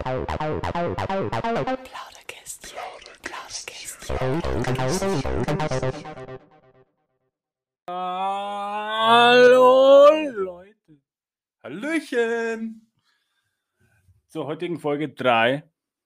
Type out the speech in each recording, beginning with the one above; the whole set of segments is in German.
Plauderkästchen. Hallo Leute. Hallöchen. Zur heutigen Folge 3.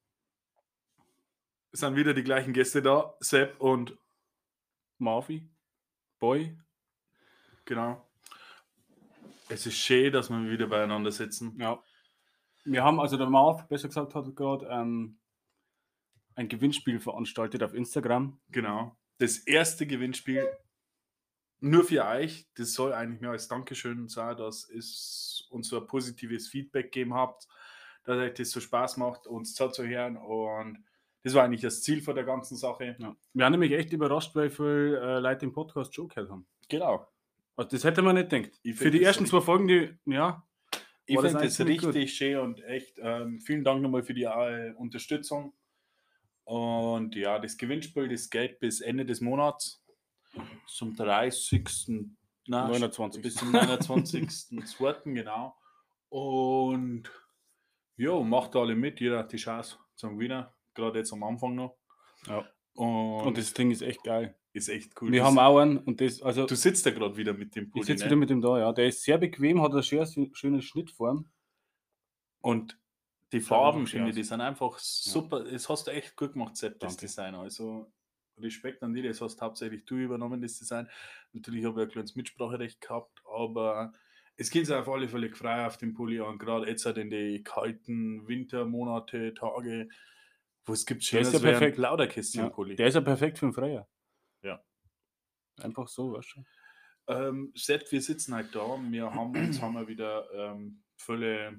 Es sind wieder die gleichen Gäste da, Sepp und Marvi, Boy. genau. Es ist schön, dass wir wieder beieinander sitzen. Ja. Wir haben, also der Marv, besser gesagt, hat gerade ein Gewinnspiel veranstaltet auf Instagram. Genau. Das erste Gewinnspiel nur für euch. Das soll eigentlich mehr als Dankeschön sein, dass es uns so ein positives Feedback gegeben habt, dass euch das so Spaß macht, uns zuzuhören, und das war eigentlich das Ziel von der ganzen Sache. Ja. Wir waren nämlich echt überrascht, weil viele Leute im Podcast schon gehört haben. Genau. Also das hätte man nicht gedacht. Ich Für find die das ersten richtig- 2 Folgen, Ich war das finde eigentlich das ziemlich gut. richtig schön und echt vielen Dank nochmal für die Unterstützung. Und ja, das Gewinnspiel, das geht bis Ende des Monats, zum 30. 29. bis zum 29.2. genau. Und ja, macht alle mit, jeder hat die Chance zum Gewinnen, gerade jetzt am Anfang noch. Ja. Und Und das Ding ist echt geil. ist echt cool. Wir haben auch einen und das, also Du sitzt da gerade wieder mit dem Pulli, ich sitze ne? wieder mit dem da, ja. Der ist sehr bequem, hat eine schöne Schnittform. Und die Schaut Farben, einfach schön finde ich, aus. die sind einfach super. Das hast du echt gut gemacht, Sepp, das Danke. Design. Also Respekt an dich, das hast hauptsächlich du übernommen, das Design. Natürlich habe ich ein kleines Mitspracherecht gehabt, aber es geht auf alle Fälle frei auf den Pulli an, gerade jetzt halt in die kalten Wintermonate, Tage, wo es gibt Der ist schönes ja wie ein perfekt. Plauderkästchen-Pulli. Der ist ja perfekt für den Freier. Ja. Einfach so, weißt du. Sepp, wir sitzen halt da, haben wir wieder viele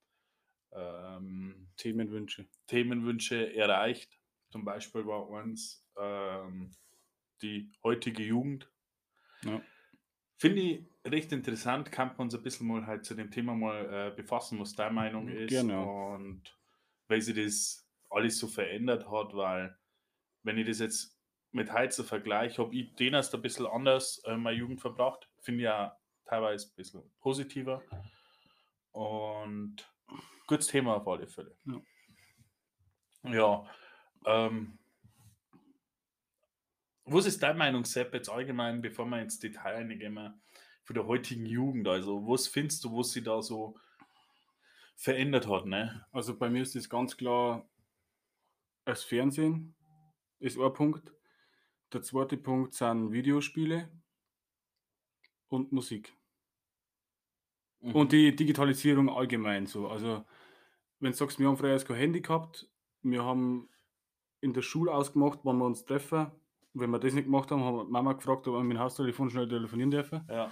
Themenwünsche erreicht. Zum Beispiel war eins die heutige Jugend. Ja. Finde ich recht interessant, kann man uns ein bisschen mal halt zu dem Thema mal befassen, was deine Meinung ist, Genau. und weil sich das alles so verändert hat, weil wenn ich das jetzt mit heute so vergleiche, habe ich den erst ein bisschen anders meine Jugend verbracht. Finde ich ja teilweise ein bisschen positiver und gutes Thema auf alle Fälle. Ja, was ist deine Meinung, Sepp, jetzt allgemein, bevor wir ins Detail reingehen, für der heutigen Jugend? Also, was findest du, was sich da so verändert hat, ne? Also bei mir ist das ganz klar, das Fernsehen ist ein Punkt. Der zweite Punkt sind Videospiele und Musik. Und die Digitalisierung allgemein so. Also, wenn du sagst, wir haben früher erst kein Handy gehabt, wir haben in der Schule ausgemacht, wann wir uns treffen. Wenn wir das nicht gemacht haben, haben wir Mama gefragt, ob wir mit dem Haustelefon schnell telefonieren dürfen. Ja.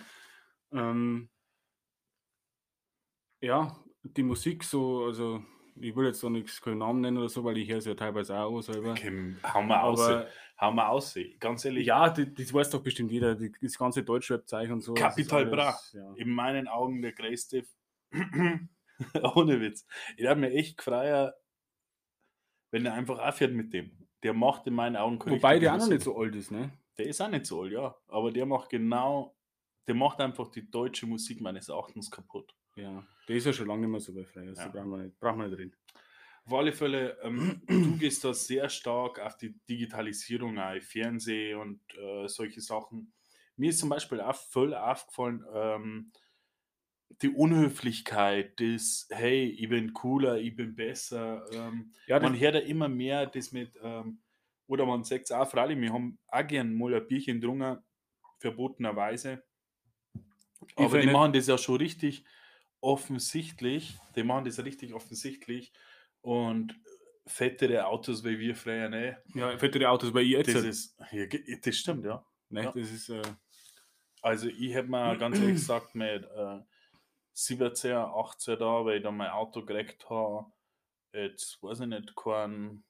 Ja, die Musik so, also ich will jetzt da nichts, keinen Namen nennen oder so, weil ich höre es ja teilweise auch selber. Okay, hauen wir aus. Aber Hauen wir aus. Ganz ehrlich, ja, das weiß doch bestimmt jeder, das ganze Deutschrap-Zeichen und so. das ist Capital alles, Bra. ja. In meinen Augen der größte. Ohne Witz. Ich habe mir echt gefreut, wenn er einfach aufhört mit dem. Der macht in meinen Augen keine Wobei richtige der auch noch Musik. nicht so alt ist, ne? Der ist auch nicht so alt, ja. Aber der macht einfach die deutsche Musik meines Erachtens kaputt. Ja, der ist ja schon lange nicht mehr so bei Freiers, Ja. da brauchen wir nicht reden. Auf alle Fälle, du gehst da sehr stark auf die Digitalisierung ein, Fernsehen und solche Sachen. Mir ist zum Beispiel auch voll aufgefallen, die Unhöflichkeit, das, hey, ich bin cooler, ich bin besser. Ja, Man hört ja immer mehr das mit, oder man sagt es auch, freilich, wir haben auch gern mal ein Bierchen getrunken, verbotenerweise. Aber die finde- machen das ja schon richtig offensichtlich. Die machen das richtig offensichtlich. Und fettere Autos wie wir früher, ne? Ja, fettere Autos, weil ich jetzt. Das stimmt, ja. Ne, Ja. das ist. Also ich hätte mir ganz ehrlich gesagt mit 17, 18 da, weil ich da mein Auto gekriegt habe, jetzt weiß ich nicht, keinen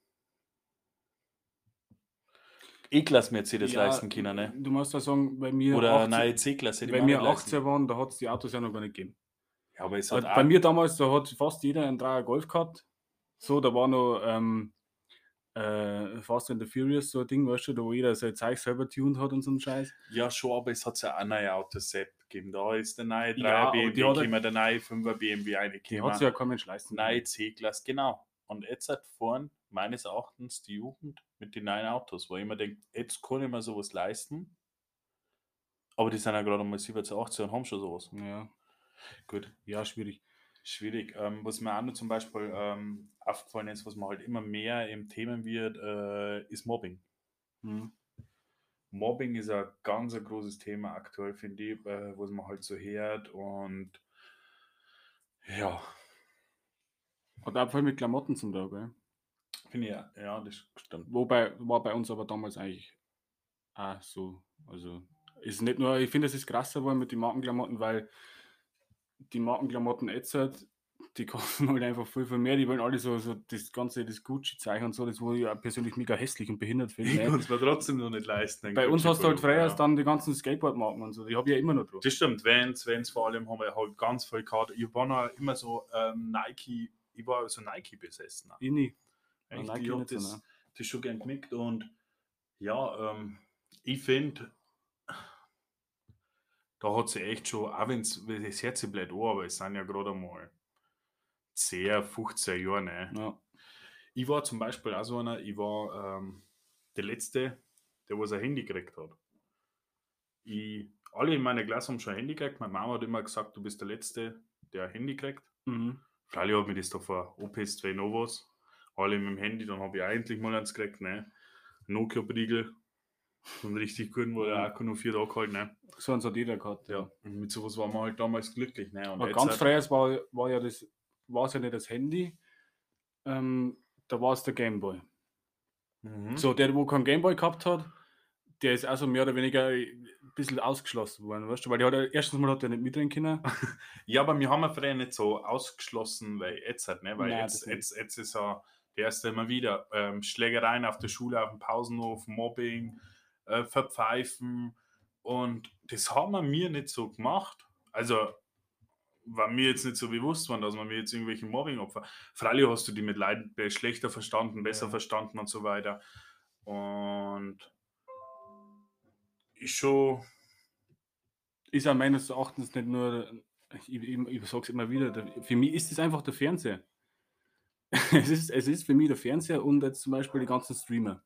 E-Klasse Mercedes leisten können, ne? Du musst da sagen, bei mir. Oder 18 neue C-Klasse, Weil wir 18 waren, da hat es die Autos ja noch gar nicht gegeben. Ja, aber es Also hat bei mir damals, da hat fast jeder einen 3er Golf gehabt. So, da war noch Fast and the Furious, so ein Ding, weißt du, da wo jeder sein Zeug selber tuned hat und so einen Scheiß. Ja, schon, aber es hat ja auch neue Autos gegeben. Da ist der neue 3er Ja, aber BMW die hat gekommen, der neue 5er BMW Die reingekommen. hat sich ja kein Mensch leisten Neue können. C-Klasse, genau. Und jetzt hat fahren meines Erachtens die Jugend mit den neuen Autos, wo ich mir denke, jetzt kann ich mir sowas leisten, aber die sind ja gerade mal 17, 18 und haben schon sowas. Ja, Gut, ja, schwierig. schwierig. Was mir auch noch zum Beispiel aufgefallen ist, was man halt immer mehr im Themen wird, ist Mobbing. Mhm. Mobbing ist ein ganz ein großes Thema aktuell, finde ich, was man halt so hört und ja, Hat auch viel mit Klamotten zum Tag, gell? finde ich ja, das stimmt. Wobei, war bei uns aber damals eigentlich auch so. Also, ist nicht nur, ich finde, es ist krasser geworden mit den Markenklamotten, weil die Markenklamotten jetzt halt, die kosten halt einfach viel, viel mehr. Die wollen alle so das ganze, das Gucci-Zeichen und so, das wo ich auch persönlich mega hässlich und behindert finde. Ich Ne? kann es mir trotzdem noch nicht leisten, ein Bei uns hast du halt Gucci-Pullover, früher ja. dann die ganzen Skateboard-Marken und so, die habe ich ja immer noch drauf. Das stimmt, Vans vor allem haben wir halt ganz viel gehabt. Ich war noch immer so Nike, ich war so Nike besessen. Ich nie. Ja, Echt, Nike ich habe nicht so, ne? das schon gern gemickt und ja, ich finde, da hat sie echt schon, auch wenn es, das hört sich blöd an, aber es sind ja gerade einmal 10, 15 Jahre, ne? Ja. Ich war zum Beispiel auch so einer, ich war der Letzte, der was ein Handy gekriegt hat. Alle in meiner Klasse haben schon ein Handy gekriegt. Meine Mama hat immer gesagt, du bist der Letzte, der ein Handy kriegt. Mhm. Freilich hat mir das da vor OPS 2 Novos. Alle mit dem Handy, dann habe ich auch endlich mal eins gekriegt, ne? Nokia-Briegel. So einen richtig guten, wo Ja. der Akku nur 4 Tage halt, ne? So eins hat jeder gehabt. Ja. Und mit sowas war man halt damals glücklich, ne? Und Aber jetzt ganz halt, freies war ja das, war es ja nicht das Handy, da war es der Gameboy. So, der, wo keinen Gameboy gehabt hat, der ist also mehr oder weniger ein bisschen ausgeschlossen worden, weißt du? Weil der hat erstens mal hat er nicht mitreden können. Ja, aber wir haben ja früher nicht so ausgeschlossen, weil jetzt halt, ne? Weil Nein, jetzt, das nicht. jetzt ist ja der erste immer wieder Schlägereien auf der Schule, auf dem Pausenhof, Mobbing, Verpfeifen und das haben wir mir nicht so gemacht. Also war mir jetzt nicht so bewusst waren, dass man mir jetzt irgendwelche Mobbing-Opfer. Freilich hast du die mit Leiden schlechter verstanden, besser Ja. verstanden und so weiter. Und ist schon, Ist auch meines Erachtens nicht nur, ich sage es immer wieder, für mich ist es einfach der Fernseher. Es ist für mich der Fernseher und jetzt zum Beispiel die ganzen Streamer.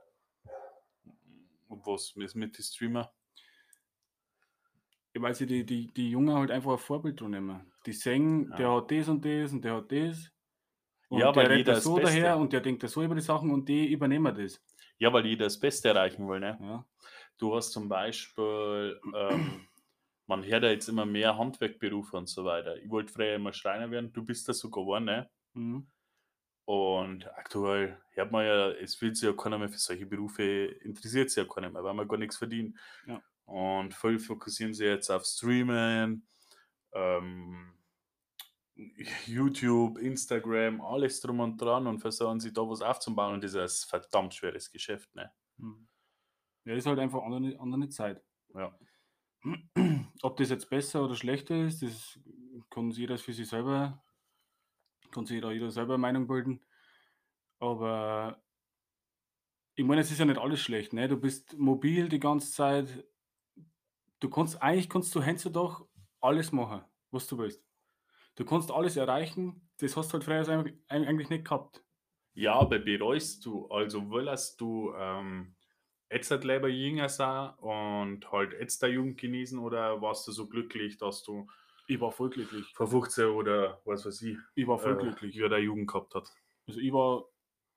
was ist mit den Streamer? Weil sie die Jungen halt einfach ein Vorbild dran nehmen. Die sehen, Ja. der hat das und das und der hat das. Und Ja, der weil rennt jeder da das so Beste. daher und der denkt da so über die Sachen und die übernehmen das. Ja, weil jeder das Beste erreichen will, ne? Ja. Du hast zum Beispiel, man hört ja jetzt immer mehr Handwerkberufe und so weiter. Ich wollte früher immer Schreiner werden, du bist das sogar geworden, ne? Mhm. Und aktuell hört man ja, es will sich ja keiner mehr für solche Berufe, interessiert sich ja keiner mehr, weil man gar nichts verdient. Ja. Und voll fokussieren sie jetzt auf Streamen, ähm, YouTube, Instagram, alles drum und dran und versuchen sich da was aufzubauen und das ist ein verdammt schweres Geschäft, ne? Mhm. Ja, ist halt einfach andere Zeit. Ja. Ob das jetzt besser oder schlechter ist, das kann sich jeder für sich selber, kann sich jeder selber eine Meinung bilden. Aber ich meine, es ist ja nicht alles schlecht, ne? Du bist mobil die ganze Zeit. Eigentlich kannst du heutzutage alles machen, was du willst. Du kannst alles erreichen, das hast du halt früher eigentlich nicht gehabt. Ja, aber bereust du, also willst du jetzt halt lieber jünger sein und halt jetzt der Jugend genießen oder warst du so glücklich, dass du Ich war voll glücklich. vor 15 oder was weiß ich, Ich war voll glücklich. wie er der Jugend gehabt hat? Also ich war,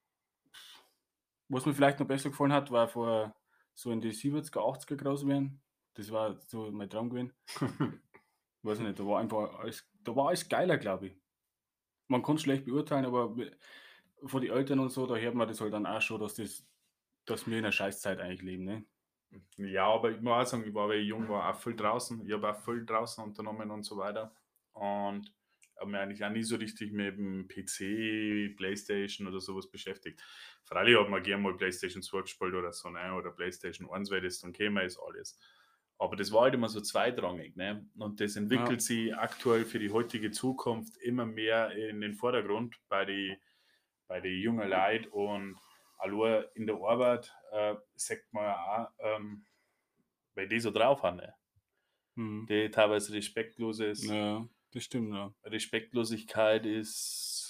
was mir vielleicht noch besser gefallen hat, war vor so in die 70er, 80er groß werden. Das war so mein Traum gewesen. Weiß ich nicht, da war alles geiler, glaube ich. Man kann es schlecht beurteilen, aber von den Eltern und so, da hört man das halt dann auch schon, dass wir in einer Scheißzeit eigentlich leben, ne? Ja, aber ich muss auch sagen, ich war, weil ich jung war, auch viel draußen. Ich habe auch viel draußen unternommen und so weiter. Und habe mich eigentlich auch nie so richtig mit dem PC, Playstation oder sowas beschäftigt. Freilich hat man gerne mal Playstation 2 gespielt oder so, ne? Oder Playstation 1, weil das dann käme, ist alles. Aber das war halt immer so zweitrangig, ne? Und das entwickelt sich aktuell für die heutige Zukunft immer mehr in den Vordergrund bei die jungen Leuten und allein in der Arbeit sagt man ja auch, weil die so drauf haben, ne? Mhm. Die teilweise respektloses, Ja, das stimmt, ja. Respektlosigkeit ist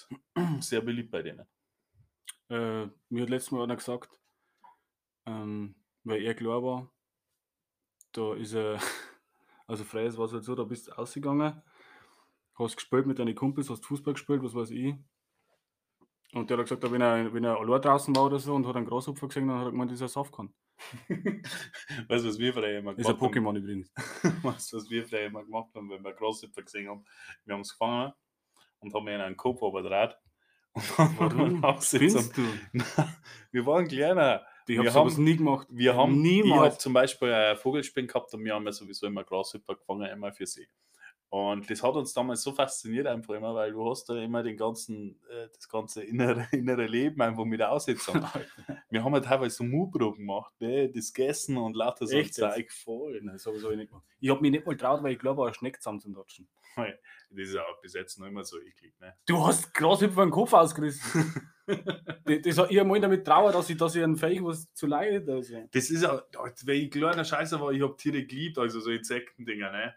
sehr beliebt bei denen. Mir hat letztes Mal einer gesagt, weil er klar war, da ist er, also früher war es halt so, da bist du rausgegangen, hast gespielt mit deinen Kumpels, hast Fußball gespielt, was weiß ich. Und der hat gesagt, wenn er allein draußen war oder so und hat einen Grashupfer gesehen, dann hat er gemeint, das ist ein Saftkorn. Weißt du, was wir früher immer Das ist ein gemacht haben? Pokémon übrigens. Weißt du, was wir früher immer gemacht haben, wenn wir Grashüpfer gesehen haben? Wir haben es gefangen und haben ihnen einen Kopf überdraht. Und dann haben Warum? wir rausgesetzt. Spinnst du? Nein, wir waren kleiner. Ich Wir habe sowas haben- nie gemacht. Ich habe Niemals. zum Beispiel ein Vogelspinn gehabt und wir haben ja sowieso immer Grashüpfer gefangen, immer für sie. Und das hat uns damals so fasziniert einfach immer, weil du hast da immer das ganze innere Leben einfach mit Aussetzung. Wir haben ja teilweise so Mutproben gemacht, ne? Das gegessen und lauter so ein Echt jetzt? Zeug voll. Nein, sowas habe ich nicht gemacht. Ich habe mich nicht mal traut, weil ich glaube, eine Schnecke zusammenzutatschen. Das ist ja auch bis jetzt noch immer so eklig. Ne? Du hast Grashüpfer den Kopf ausgerissen. Ich habe mal damit trauert, dass ich einen Feichen was zu leiden da. So. Das ist ja, weil ich kleiner Scheiße war, ich habe Tiere geliebt, also so Insektendinger, ne?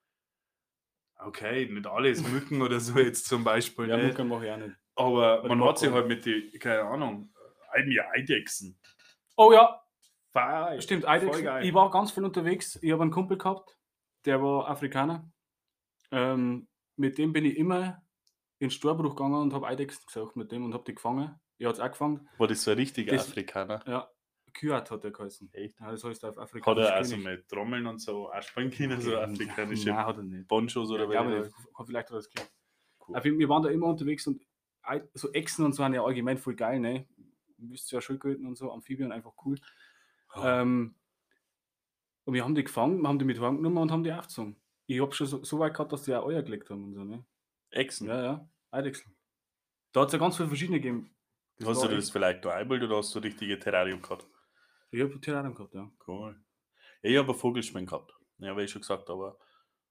Okay, nicht alles, Mücken oder so jetzt zum Beispiel. Ja, Ne? Muckern mache ich auch nicht. Aber Oder man hat sich Popcorn. halt mit den, keine Ahnung, Eidechsen. Oh ja, Fein. stimmt, Voll Eidechsen. geil. Ich war ganz viel unterwegs. Ich habe einen Kumpel gehabt, der war Afrikaner. Mit dem bin ich immer in Storbruch gegangen und habe Eidechsen gesucht mit dem und habe die gefangen. Er hat es auch gefangen. War das so ein richtiger Das- Afrikaner? Ja, Kyat hat er geheißen. Echt? Ja, das heißt auf Hat Afrikanisch er also König. mit Trommeln und so auch spielen können, so afrikanische Nein, hat er nicht. Ponchos oder Ja, was? aber vielleicht hat er das gehört. Cool. Auf jeden Fall, wir waren da immer unterwegs und so Echsen und so waren ja allgemein voll geil, ne? Du bist ja Schildkröten und so, Amphibien einfach cool. Ja. Und wir haben die gefangen, haben die mit heimgenommen und haben die aufgezogen. Ich habe schon so weit gehabt, dass die auch Eier gelegt haben und so, ne? Echsen. Ja, Eidechsen. Da hat es ja ganz viele verschiedene gegeben. Hast du war das vielleicht da einbildet oder hast du richtige Terrarium gehabt? Ich habe Terrarium gehabt, ja. Cool. Ja, ich habe ein Vogelspinnen gehabt. Ja, habe ich schon gesagt, aber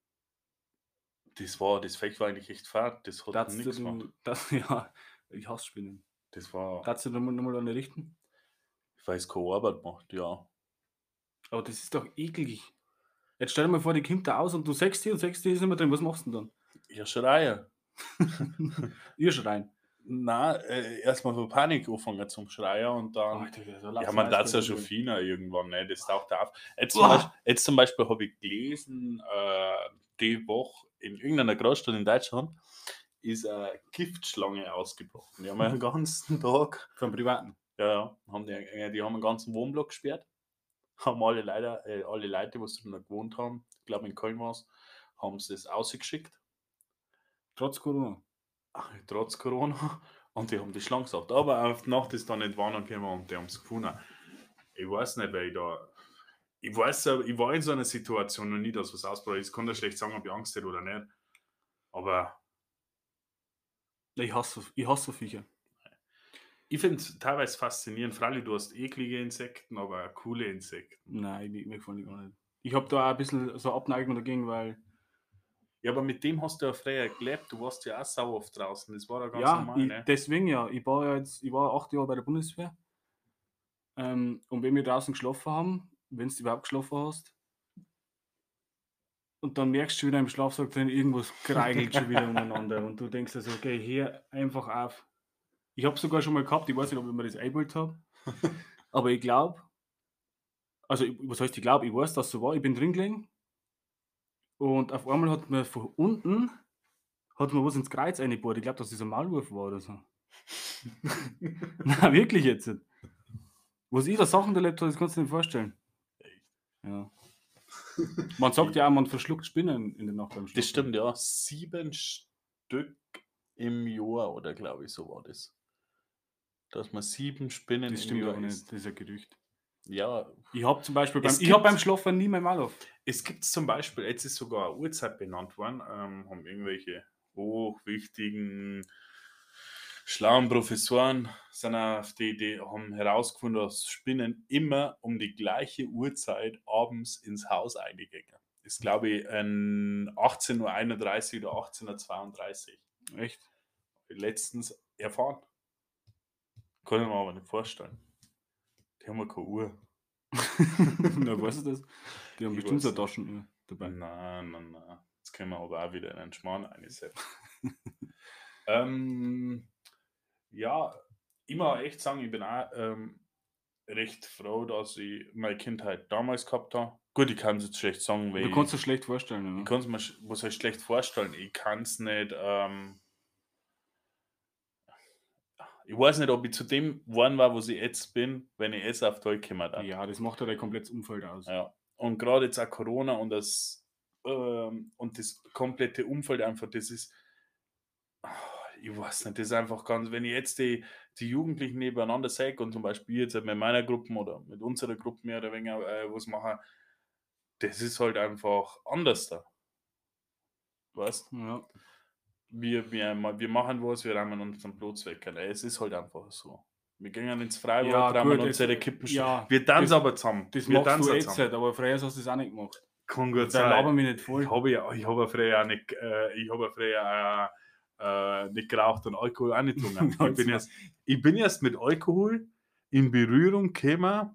das Fech war eigentlich echt fad. Das hat Darfst nichts gemacht. ja, ich hasse Spinnen. Das war, Darfst du nochmal eine richten? ich weiß, keine Arbeit gemacht, ja. Aber das ist doch eklig. Jetzt stell dir mal vor, die kommt da aus und du sägst die ist nicht mehr drin. Was machst du denn Ja, Schreien. dann? Ihr schreien. Nein, erstmal für Panik anfangen zum Schreien und dann. Alter, Ja, man darf es ja schon feiner irgendwann, ne? Das taucht auf. Uah. Jetzt zum Beispiel habe ich gelesen, die Woche in irgendeiner Großstadt in Deutschland ist eine Giftschlange ausgebrochen. Die haben einen ganzen Tag, Vom Privaten. ja, die haben einen ganzen Wohnblock gesperrt. Haben alle Leute, die da gewohnt haben, ich glaube in Köln war es, haben sie es ausgeschickt, Trotz Corona. trotz Corona. Und die haben die Schlange gesagt. Aber auf die Nacht ist dann nicht warnen gekommen und die haben es gefunden. Ich weiß nicht, weil ich war in so einer Situation noch nie, dass was ausprobiert ist. Ich kann da schlecht sagen, ob ich Angst hätte oder nicht. Aber Ich hasse so Viecher. ich finde es teilweise faszinierend. Freilich, du hast eklige Insekten, aber auch coole Insekten. Nein, mir gefallen die gar nicht. Ich habe da auch ein bisschen so Abneigung dagegen, weil Ja, aber mit dem hast du ja früher gelebt. Du warst ja auch sau oft draußen. Das war ja ganz ja, normal, ne? deswegen ja. Ich war 8 Jahre bei der Bundeswehr. Und wenn wir draußen geschlafen haben, wenn du überhaupt geschlafen hast, und dann merkst du schon wieder im Schlafsack drin, irgendwas kreigelt schon wieder umeinander. Und du denkst dir so, okay, hier einfach auf. Ich habe sogar schon mal gehabt, ich weiß nicht, ob ich mir das eingebildet habe, aber ich glaube, also was heißt ich glaube, ich weiß, dass es so war, ich bin drin gelegen und auf einmal hat mir von unten was ins Kreuz eingebohrt. Ich glaube, dass das ein Maulwurf war oder so. Nein, wirklich jetzt. Was ich da Sachen erlebt habe, das kannst du dir nicht vorstellen. Ja. Man sagt ja auch, man verschluckt Spinnen in der Nacht beim Schlafen. Das stimmt, ja. 7 Stück im Jahr, oder glaube ich, so war das. Dass man 7 Spinnen Das im stimmt Jahr aber nicht, isst. das ist ein Gerücht. Ja, Ich habe zum Beispiel Es ich hab gibt- beim Schlafen nie mehr Maulwurf. es gibt zum Beispiel, jetzt ist sogar eine Uhrzeit benannt worden, haben irgendwelche hochwichtigen, schlauen Professoren sind auf die Idee, haben herausgefunden, dass Spinnen immer um die gleiche Uhrzeit abends ins Haus eingehen. Ist, glaube ich, 18:31 Uhr oder 18:32 Uhr. Echt? Letztens erfahren. Kann ich mir aber nicht vorstellen. Die haben ja keine Uhr. Na, weißt du das? Die haben Ich bestimmt so weiß eine Taschenuhr dabei. Nein. Jetzt können wir aber auch wieder in einen Schmarrn einsetzen. Ähm, ja, ich muss echt sagen, ich bin auch recht froh, dass ich meine Kindheit damals gehabt habe. Gut, ich kann es jetzt schlecht sagen, Du weil kannst dir schlecht vorstellen, ich ja. kann es mir was heißt schlecht vorstellen. Ich kann es nicht, ich weiß nicht, ob ich zu dem geworden war, was ich jetzt bin, wenn ich jetzt auf die Welt gekommen wäre. Ja, das macht ja dein komplettes Umfeld aus. Ja. Und gerade jetzt auch Corona und das komplette Umfeld einfach, das ist ich weiß nicht, das ist einfach ganz wenn ich jetzt die Jugendlichen nebeneinander sehe und zum Beispiel jetzt halt mit meiner Gruppe oder mit unserer Gruppe mehr oder weniger, was machen, das ist halt einfach anders da, weißt? Ja. Wir machen was, wir räumen unseren Platz weg. Es ist halt einfach so. Wir gehen ins Freibad, Ja, räumen gut, jetzt, unsere Kippen ja, wir tanzen das aber zusammen. das Wir machst du tanzen jetzt zusammen. halt, aber früher hast du das auch nicht gemacht. Kann gut Also, da laber sein. mich nicht voll. Ich habe ja früher auch nicht ich habe ja früher nicht geraucht und Alkohol auch nicht getrunken. Halt's Maul. Ich bin erst mit Alkohol in Berührung gekommen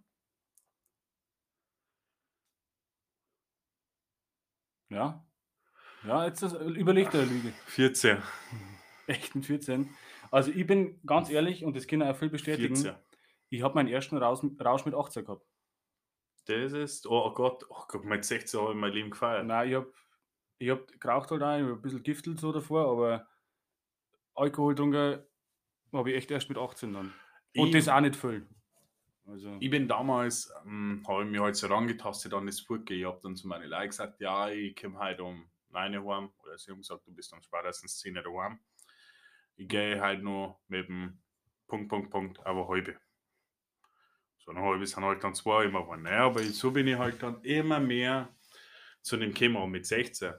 Ja, ja, jetzt überleg dir 'ne Lüge. 14. Echt mit 14? Also, ich bin ganz ehrlich und das können auch viele 14. bestätigen, ich habe meinen ersten Rausch mit 18 gehabt. Das ist oh Gott, mit 16 habe ich mein Leben gefeiert. Nein, ich habe geraucht halt auch, ich habe 'n bisschen giftelt so davor, aber Alkohol getrunken habe ich echt erst mit 18 dann. Und Ich das auch nicht viel. Also, Ich bin damals habe ich mich halt so rangetastet an das Furtgehen. Ich habe dann zu meinen Leuten gesagt: „Ja, ich komme heute um 9 heim.“ Oder sie haben gesagt: „Du bist am spätestens 10 daheim. Ich gehe heute noch mit dem eine halbe.“ So eine halbe sind halt dann 2 immer geworden, ne? Aber so bin ich halt dann immer mehr zu dem gekommen und mit 16.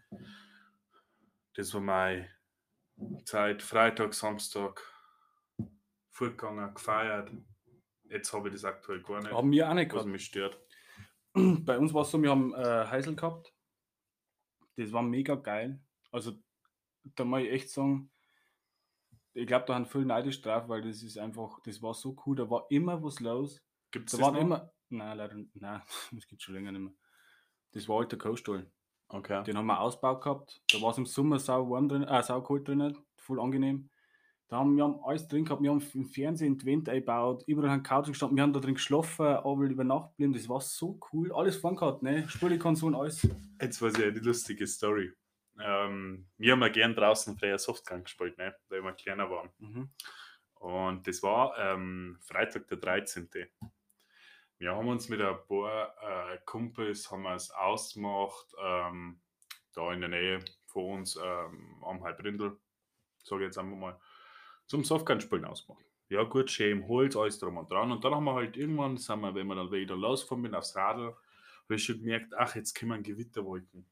Das war meine Zeit, Freitag, Samstag fortgegangen, gefeiert. Jetzt habe ich das aktuell gar nicht, haben wir auch nicht was gehabt. mich stört. Bei uns war's so, wir haben, Heisel gehabt. Das war mega geil. Also, da muss ich echt sagen, ich glaube, da haben viele neidisch drauf, weil das ist einfach das war so cool. Da war immer was los. Gibt's Da das waren noch? immer nein, leider nein, das gibt's schon länger nicht mehr. Das war halt der Coastall. Okay. Den haben wir ausgebaut gehabt. Da war's im Sommer sau warm drin sau kalt drinnen, voll angenehm. Wir haben alles drin gehabt. Wir haben f 'n Fernseher in die Wände eingebaut, überall haben Couch gestanden. Wir haben da drin geschlafen, aber über Nacht geblieben. Das war so cool. Alles vorn gehabt, ne? Spielekonsolen, alles. Jetzt weiß ich eine lustige Story. Wir haben ja gern draußen früher Softgun gespielt, ne, weil wir kleiner waren. Mhm. Und das war Freitag der 13. Wir haben uns mit ein paar Kumpels haben wir's ausgemacht, da in der Nähe von uns am Halbrindl, sage ich jetzt einfach mal, zum Softgun-Spielen ausgemacht. Ja, gut, schön im Holz, alles drum und dran. Und dann haben wir halt irgendwann, sind wir, wenn wir dann wieder losgefahren bin aufs Radl, habe ich schon gemerkt, ach, jetzt kommen Gewitterwolken.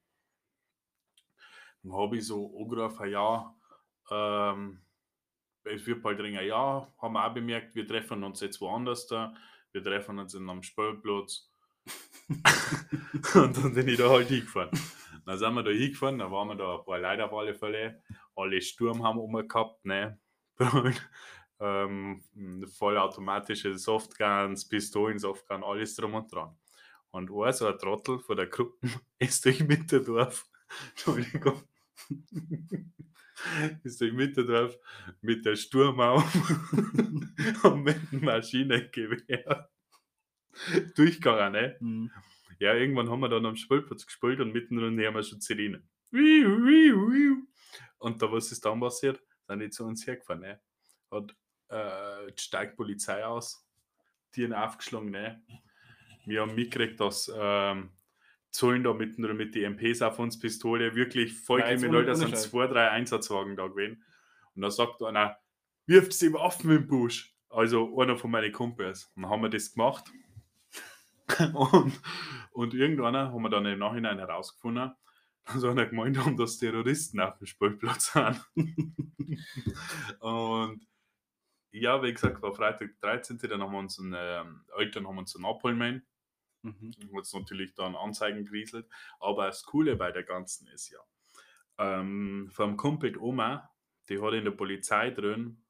Dann habe ich so angerufen, ja, ähm, es wird bald länger, ja, haben wir auch bemerkt, wir treffen uns jetzt woanders da, wir treffen uns in einem Spielplatz. Und dann bin ich da halt hingefahren. Dann sind wir da hingefahren, dann waren wir da ein paar Leute auf alle Fälle, alle Sturm haben gehabt, ne? Vollautomatische Softguns, Pistolen, Softgun, alles drum und dran. Und so ein Trottel von der Gruppe ist durch Mitterdorf, Entschuldigung, ist durch Mitterdorf mit der Sturmau und mit dem Maschinengewehr durchgegangen, ne? Mhm. Ja, irgendwann haben wir dann am Spielplatz gespielt und mittendrin haben wir schon Sirenen. Wiu, wiu, wiu. Und da, was ist dann passiert? Sind die zu uns hergefahren, ne? Hat steigt Polizei aus, die haben aufgeschlagen, ne? Wir haben mitgekriegt, dass Zollen da mittendrin mit die MPs auf uns Pistole, wirklich voll Nein, jetzt kriminell, da ohne sind Scheiß. 2, 3 Einsatzwagen da gewesen. Und da sagt einer, wirft sie Waffen im Busch. Also einer von meinen Kumpels. Und dann haben wir das gemacht. Und, und irgendwann haben wir dann im Nachhinein herausgefunden, dass einer gemeint haben, dass Terroristen auf dem Spielplatz sind. Und ja, wie gesagt, war Freitag der 13. Dann haben wir unseren Eltern haben uns einen abholen müssen. Mhm. Haben uns natürlich dann Anzeigen gerieselt. Aber das Coole bei der ganzen ist ja, vom Kumpel die Oma, die hat in der Polizei drin,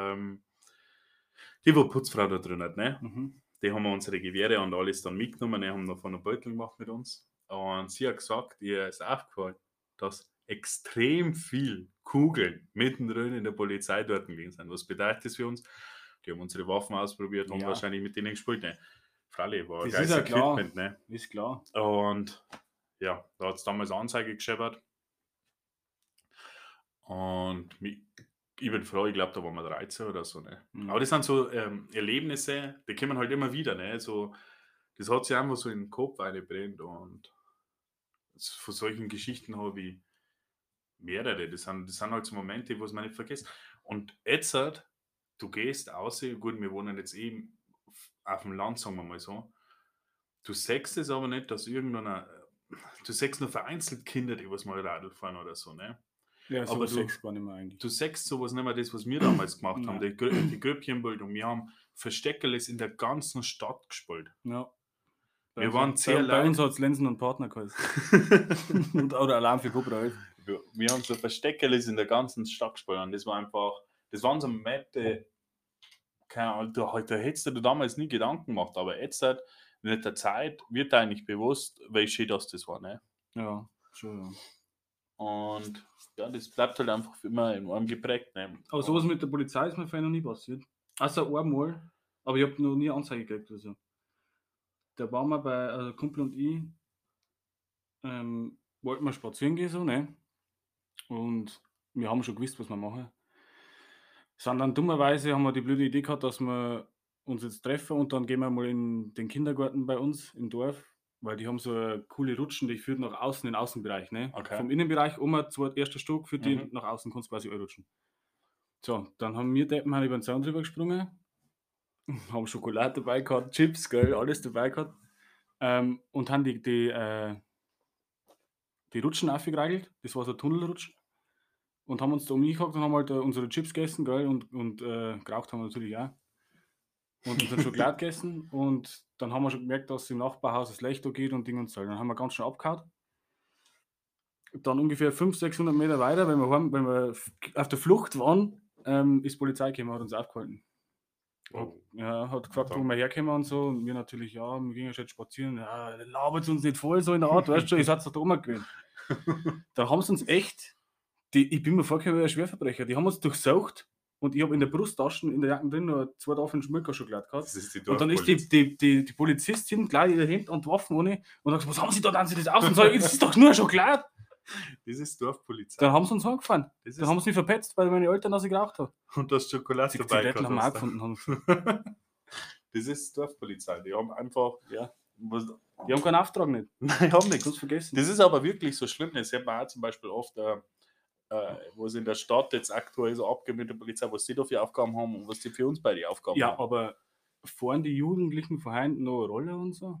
die war Putzfrau da drin, ne? Mhm. Die haben wir unsere Gewehre und alles dann mitgenommen, die haben davon einen Beutel gemacht mit uns. Und sie hat gesagt, ihr ist aufgefallen, dass extrem viel Kugeln mittendrin in der Polizei dort gewesen sind. Was bedeutet das für uns? Die haben unsere Waffen ausprobiert und Ja. wahrscheinlich mit denen gespielt, ne? Freilich, war ein Das ist geiles ja klar. Equipment, ne? Ist klar. Und ja, da hat es damals Anzeige gescheppert. Und ich bin froh, ich glaube, da waren wir 13 oder so, ne? Mhm. Aber das sind so Erlebnisse, die kommen halt immer wieder, ne? So, das hat sich einfach so in den Kopf eingebrennt und von solchen Geschichten habe ich mehrere. Das sind halt so Momente, was man nicht vergisst. Und jetzt halt, du gehst aus, gut, wir wohnen jetzt eben auf dem Land, sagen wir mal so. Du siehst es aber nicht, dass irgendeiner, du siehst nur vereinzelt Kinder, die was mal Radl fahren oder so, ne? Ja, Aber so Sex gar nicht mehr eigentlich. du siehst sowas nicht mehr, das, was wir damals gemacht haben, Nein. die Grüppchenbildung. Wir haben Versteckerles in der ganzen Stadt gespielt. Ja. Wir waren sehr bei uns leid. hat es Lenzen und Partner geheißen. Oder Alarm für Cobra 11. Wir haben so Versteckerles in der ganzen Stadt gespielt und das war einfach, das waren so Mette, keine Ahnung, da hättest du dir damals nie Gedanken gemacht, aber jetzt halt, mit der Zeit wird dir eigentlich bewusst, wie schön das war, ne? Ja, schon, ja. Und ja, das bleibt halt einfach für immer in einem geprägt, ne? Aber sowas mit der Polizei ist mir vorher noch nie passiert. Außer einmal, aber ich habe noch nie Anzeige gekriegt oder so. Da waren wir bei, also Kumpel und ich, wollten wir spazieren gehen, so, ne? Und wir haben schon gewusst, was wir machen. Sind dann dummerweise, haben wir die blöde Idee gehabt, dass wir uns jetzt treffen und dann gehen wir mal in den Kindergarten bei uns im Dorf, weil die haben so eine coole Rutschen, die führt nach außen in den Außenbereich, ne? Okay. Vom Innenbereich erster Stock führt die Mhm. nach außen, kannst quasi rutschen. So, dann haben wir Deppen halt über den Zaun drüber gesprungen, haben Schokolade dabei gehabt, Chips, gell, alles dabei gehabt, und haben die Rutschen aufgereicht, das war so ein Tunnelrutschen, und haben uns da umgehockt und haben halt unsere Chips gegessen, gell, und geraucht haben wir natürlich auch. Und unseren Schokolade gegessen und dann haben wir schon gemerkt, dass im Nachbarhaus das Licht da geht und Ding und so. Dann haben wir ganz schnell abgehauen. Dann ungefähr 500, 600 Meter weiter, wenn wir auf der Flucht waren, ist die Polizei gekommen, hat uns aufgehalten. Oh. Hat gefragt, dann- wo wir herkommen und so. Und wir natürlich, ja, wir gingen schon spazieren. Ja, labert uns nicht voll, so in der Art, weißt du, ihr seid doch da oben gewesen. Da haben sie uns echt, ich bin mir vorgekommen wie ein Schwerverbrecher, die haben uns durchsucht und ich habe in der Brusttasche, in der Jacke drin, noch 2 Tafeln Schmirker-Schokolade gehabt. Das ist die Und dann ist Dorfpolizei. die Polizistin gleich ihr Hemd und die Waffen ohne und sagt, was haben Sie da, dann Sie das aus? Und sagen, das ist doch nur Schokolade. Das ist Dorfpolizei. Dann haben sie uns angefahren. Das Dann haben sie mich verpetzt, weil meine Eltern das geraucht haben. und das Schokolade Die dabei Zigaretten haben wir auch gehabt hast. gefunden. Haben. Das ist Dorfpolizei. Die haben einfach. Ja. Was, Die haben keinen Auftrag nicht. nein, haben nichts. Ganz vergessen. Das ist aber wirklich so schlimm. Das sieht man auch zum Beispiel oft, wo es in der Stadt jetzt aktuell so abgeht mit der Polizei, was die da für Aufgaben haben und was die für uns bei den Aufgaben Ja, haben. aber fahren die Jugendlichen vorhin noch eine Rolle und so?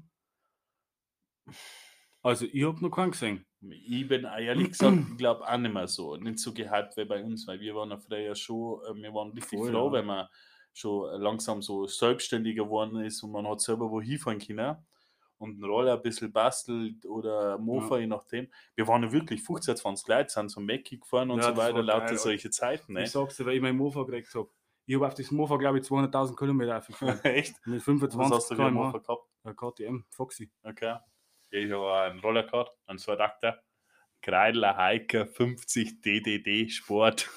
Also ich habe noch keinen gesehen. Ich bin ehrlich gesagt, ich glaube auch nicht mehr so. Nicht so gehypt wie bei uns, weil wir waren ja früher schon, wir waren richtig Voll, froh, ja. wenn man schon langsam so selbstständiger geworden ist und man hat selber wo hinfahren können und einen Roller ein bisschen bastelt oder Mofa, je nachdem. Wir waren ja wirklich 15, 20 Leute, sind so Mäcki gefahren und Ja, so das weiter, war lauter geil, solche Zeiten. Ne? Ich sag's dir, weil ich mein Mofa gekriegt habe. Ich habe auf das Mofa, glaube ich, 200.000 Kilometer aufgefahren. Echt? Mit Was 25 hast du für ein km/h. Mofa gehabt? KTM, Foxy. Okay. Ich habe auch einen Roller gehabt, einen Zweitakter. Kreidler Hiker 50 DDD Sport.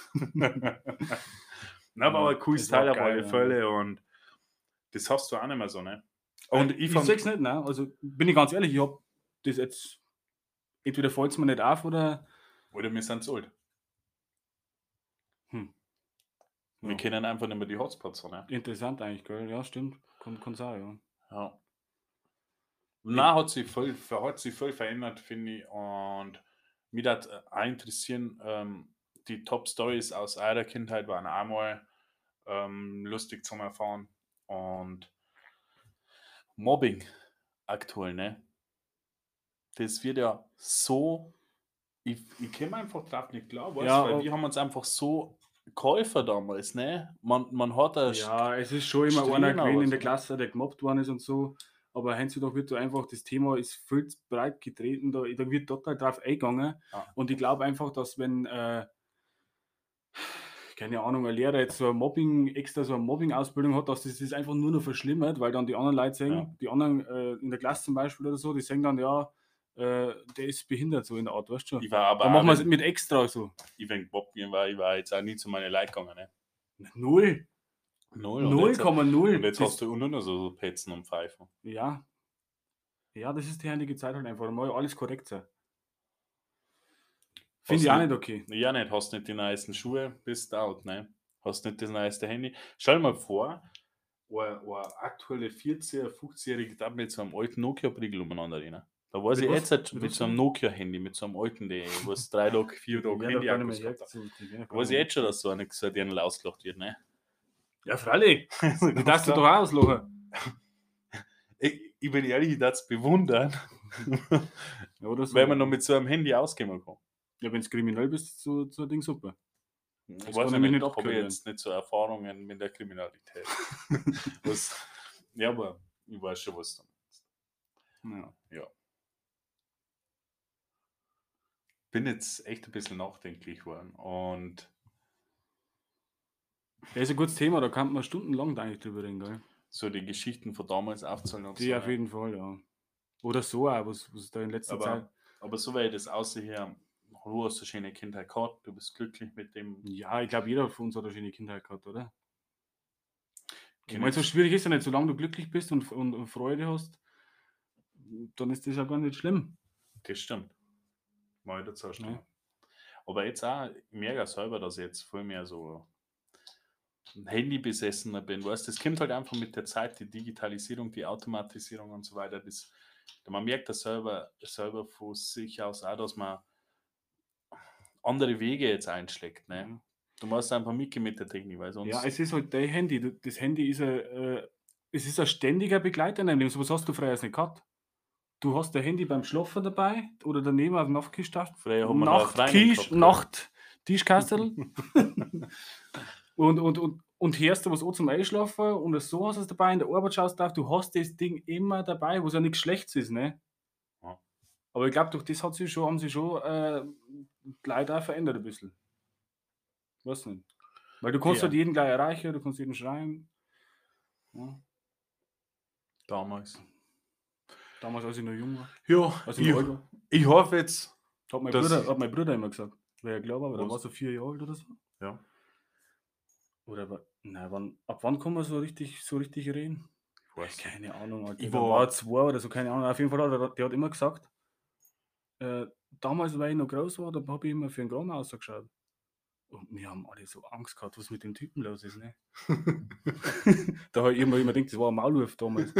Na, aber ein cooles das war Teil auf geil, alle ja. Fälle und das hast du auch nicht mehr so, ne? Und Und ich sag's nicht, ne? Also bin ich ganz ehrlich, ich hab das jetzt, entweder fällt es mir nicht auf oder. Oder wir sind zu alt. Hm. Wir Ja. kennen einfach nicht mehr die Hotspots, ne? Interessant eigentlich, gell? Ja, stimmt. Kann sein, ja. Ja. Na, hat sich voll verändert, finde ich. Und mich hat auch interessieren, die Top-Stories aus eurer Kindheit waren auch mal lustig zum Erfahren. Und Mobbing aktuell, ne? Das wird ja so. Ich komme einfach drauf nicht klar, weißt Ja, weil aber- wir haben uns einfach so Käufer damals, ne? Man hat da. Ja, es ist schon immer Streben einer aber gewesen in so, der ne? Klasse, der gemobbt worden ist und so. Aber heutzutage wird da einfach, das Thema ist viel zu breit getreten, da wird total drauf eingegangen. Ja. Und ich glaube einfach, dass wenn, keine Ahnung, ein Lehrer jetzt so ein extra so eine Mobbing-Ausbildung hat, dass das einfach nur noch verschlimmert, weil dann die anderen Leute sehen, Ja. die anderen in der Klasse zum Beispiel oder so, die sagen dann, ja, der ist behindert, so in der Art, weißt du Ich schon. war aber Da auch, machen wir es wenn mit extra so. ich wenn Bobbien war, ich war jetzt auch nie zu meinen Leuten gegangen, ne? 0. 0 und jetzt 0,0. hast Das, du nur noch so Petzen und Pfeifen. ja, ja, das ist die heilige Zeit halt einfach. Da muss ja alles korrekt sein. Finde Hast ich auch nicht nicht okay. ja nicht, hast nicht die neuesten Schuhe, bist out, ne? Hast nicht das neueste Handy. Stell dir mal vor, eine aktuelle 14-, 15-Jährige darf mit so einem alten Nokia-Prigel umeinander rennen. Da weiß Mit ich was? jetzt halt Mit mit was so einem denn? Nokia-Handy, mit so einem alten, was 3 Tage, 4 Die Tage werden doch gar nicht Handy-Akkus mehr gehabt hat. hergezogen. Die werden doch Da gar weiß nicht ich mehr jetzt schon, hergezogen. dass so ein Dirndl ausgelacht wird, ne? Ja, freilich. Die Ganz darfst du doch klar. auch auslachen. Ich bin ehrlich, ich darf's bewundern, Ja, oder so. weil man noch mit so einem Handy auskommen kann. Ja, wenn du kriminell bist, so ein Ding super. Das Weiß kann ich nämlich nicht, nicht habe ich abgehört jetzt nicht so Erfahrungen mit der Kriminalität. Was, ja, aber ich weiß schon, was du werden. Ja. Ja. Bin jetzt echt ein bisschen nachdenklich geworden und Das ist ein gutes Thema, da kann man stundenlang eigentlich drüber reden, gell? so die Geschichten von damals aufzählen und Die so. auf jeden Fall, ja. Oder so auch, was da in letzter Zeit. Aber so wie ich das aussehe, du hast eine schöne Kindheit gehabt, du bist glücklich mit dem. Ja, ich glaube, jeder von uns hat eine schöne Kindheit gehabt, oder? Ich Kenn meine, so jetzt- schwierig ist ja nicht, solange du glücklich bist und Freude hast, dann ist das ja gar nicht schlimm. Das stimmt. Mal dazu stimmen. Ja. Aber jetzt auch, ich merke auch selber, dass ich jetzt viel mehr so ein Handy-Besessener bin. Weißt, das kommt halt einfach mit der Zeit, die Digitalisierung, die Automatisierung und so weiter. Man merkt das selber von sich aus auch, dass man andere Wege jetzt einschlägt. Ne? Ja. Du musst einfach mitgehen mit der Technik, weil sonst. Ja, es ist halt dein Handy. Das Handy ist es ist ein ständiger Begleiter in deinem Leben. So was hast du früher nicht gehabt. Du hast dein Handy beim Schlafen dabei oder daneben auf dem Nachttischkastel. Früher haben wir noch eine Reinigung gehabt, gell? Nachttischkastel. und hörst du was an zum Einschlafen und so hast du es dabei, in der Arbeit schaust du drauf, du hast das Ding immer dabei, was ja nichts Schlechtes ist, ne? Ja. Aber ich glaube, durch das haben sie schon die Leute auch verändert ein bisschen. Weiß nicht. Weil du kannst Ja. halt jeden gleich erreichen, du kannst jeden schreiben. Ja. Damals. Damals, als ich noch jung war. Ja, Als ich noch alt war. ich hoffe jetzt. Hat mein, Das- Bruder immer gesagt. Wäre ja klar, aber da Was? war so 4 Jahre alt oder so. Ja. Oder ab wann kann man so richtig reden? Ich weiß nicht. Keine Ahnung, Alter. Ich Da war- war 2 oder so, keine Ahnung. Auf jeden Fall der hat immer gesagt, damals, weil ich noch groß war, da habe ich immer für einen Gramm ausgeschaut. Und wir haben alle so Angst gehabt, was mit dem Typen los ist, ne? Da habe ich immer gedacht, das war ein Maulwurf damals.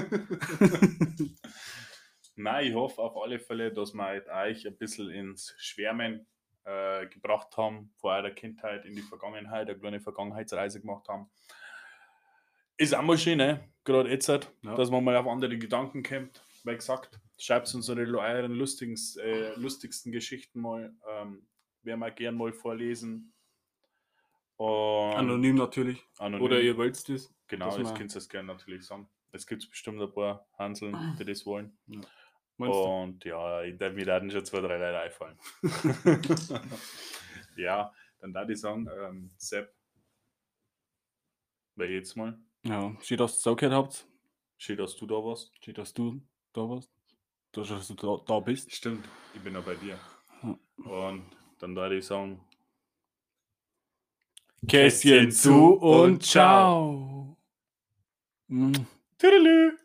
Nein, ich hoffe auf alle Fälle, dass wir halt euch ein bisschen ins Schwärmen gebracht haben, vor eurer Kindheit in die Vergangenheit, eine kleine Vergangenheitsreise gemacht haben. Ist auch mal schön, ne? Gerade jetzt, halt, Ja. dass man mal auf andere Gedanken kommt. Wie gesagt, schreibt uns euren lustigsten Geschichten mal. Werden wir gern mal vorlesen. Und Anonym natürlich. anonym. Oder ihr wollt das. Genau, dass das man- könnt ihr das gerne natürlich sagen. Es gibt bestimmt ein paar Hanseln, die das wollen. Ja. Meinst du? Und ja, mir werden schon 2, 3 Leute einfallen. Ja, dann da ich sagen, Sepp, wer jetzt mal? Ja, schön, dass ihr zugehört habt. Schön, dass du da warst. Schön, dass du da warst. Dass du da bist. Stimmt, ich bin auch bei dir. Ja. Und dann da ich sagen, Kästchen zu und ciao. Tüdelü.